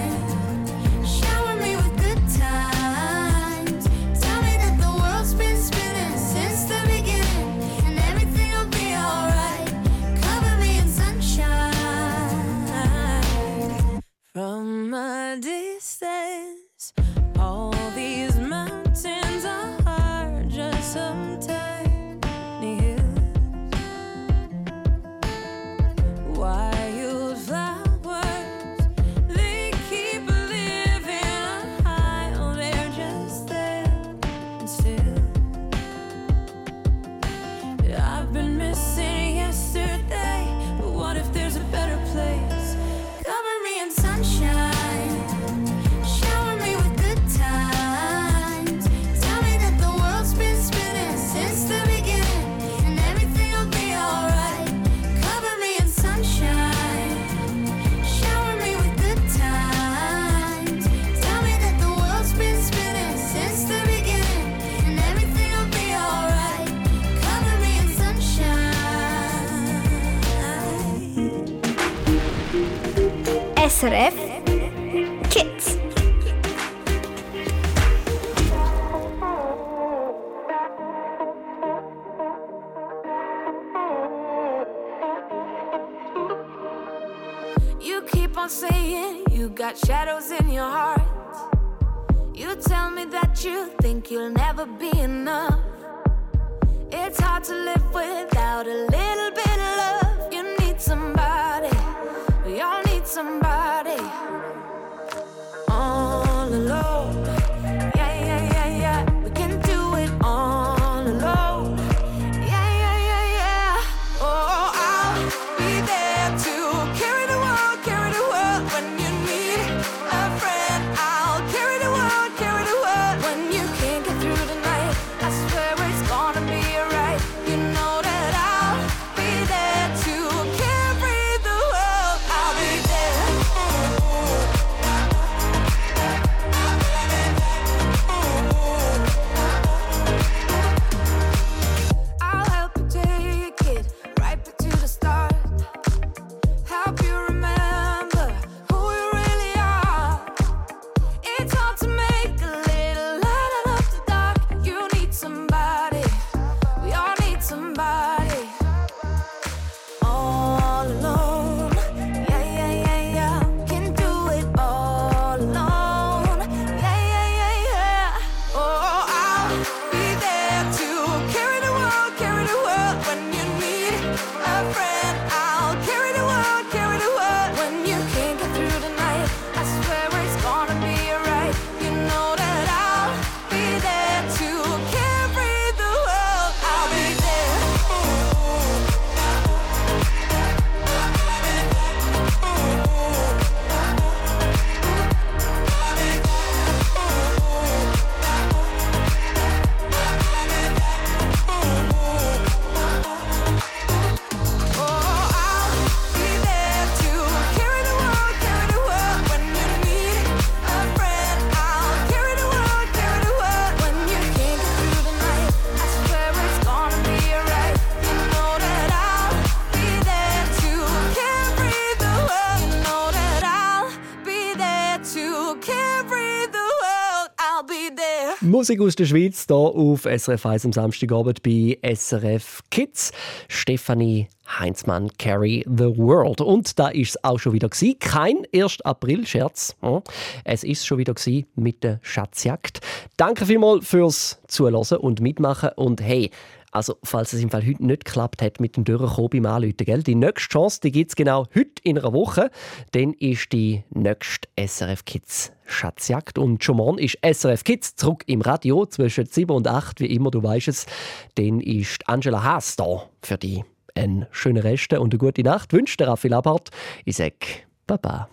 S R F Kids. You keep on saying you got shadows in your heart. You tell me that you think you'll never be enough. It's hard to live without a little bit of love. You need somebody, we all need somebody. All alone, yeah, yeah, yeah, yeah. We can do it all alone, yeah, yeah, yeah, yeah. Oh, I'll be there to carry the world, carry the world when you need a friend. I'll carry the world, carry the world when you can't get through the night. I swear it's gonna be alright. You know that I'll be there to carry the world. I'll be there. I'll help you take it right back to the start. Help you remember who you really are. It's hard to make a little light out of the dark. You need somebody, we all need somebody. All alone, yeah, yeah, yeah, yeah. Can do it all alone, yeah, yeah, yeah, yeah. Oh, I'll be there to carry the world, carry the world when you need a friend. I'll carry the world, carry the world when you can't get through the night. I swear it's gonna be alright. You know that I'll be there to carry the world. I'll be there. Oh, I'll be there to carry the world, carry the world when you need a friend. I'll carry the world, carry the world when you can't get through the night. I swear it's gonna be alright. You know that I'll be there to carry the world. You know that I'll be there to carry the world. I'll be there. Musik aus der Schweiz hier auf S R F eins am Samstagabend bei S R F Kids. Stefanie Heinzmann, Carry the World. Und da war es auch schon wieder gewesen. Kein erster April-Scherz. Hm. Es ist schon wieder gewesen mit der Schatzjagd. Danke vielmals fürs Zuhören und Mitmachen. Und hey, also, falls es im Fall heute nicht geklappt hat mit dem Durchkommen beim Anrufen, gell? Die nächste Chance gibt es genau heute in einer Woche. Dann ist die nächste S R F Kids Schatzjagd. Und schon morgen ist S R F Kids zurück im Radio zwischen sieben und acht, wie immer, du weißt es. Dann ist Angela Haas da für dich. Einen schönen Rest und eine gute Nacht wünscht der Raffi Labart. Ich sage Baba.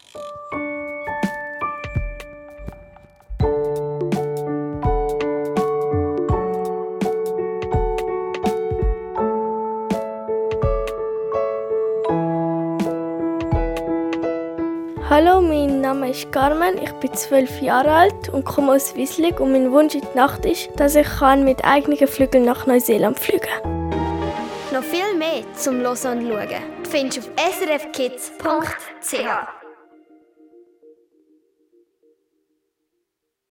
Hallo, mein Name ist Carmen, ich bin zwölf Jahre alt und komme aus Wieslig und mein Wunsch in die Nacht ist, dass ich kann mit eigenen Flügeln nach Neuseeland fliegen kann. Noch viel mehr zum Hören und Schauen findest du auf s r f kids punkt c h.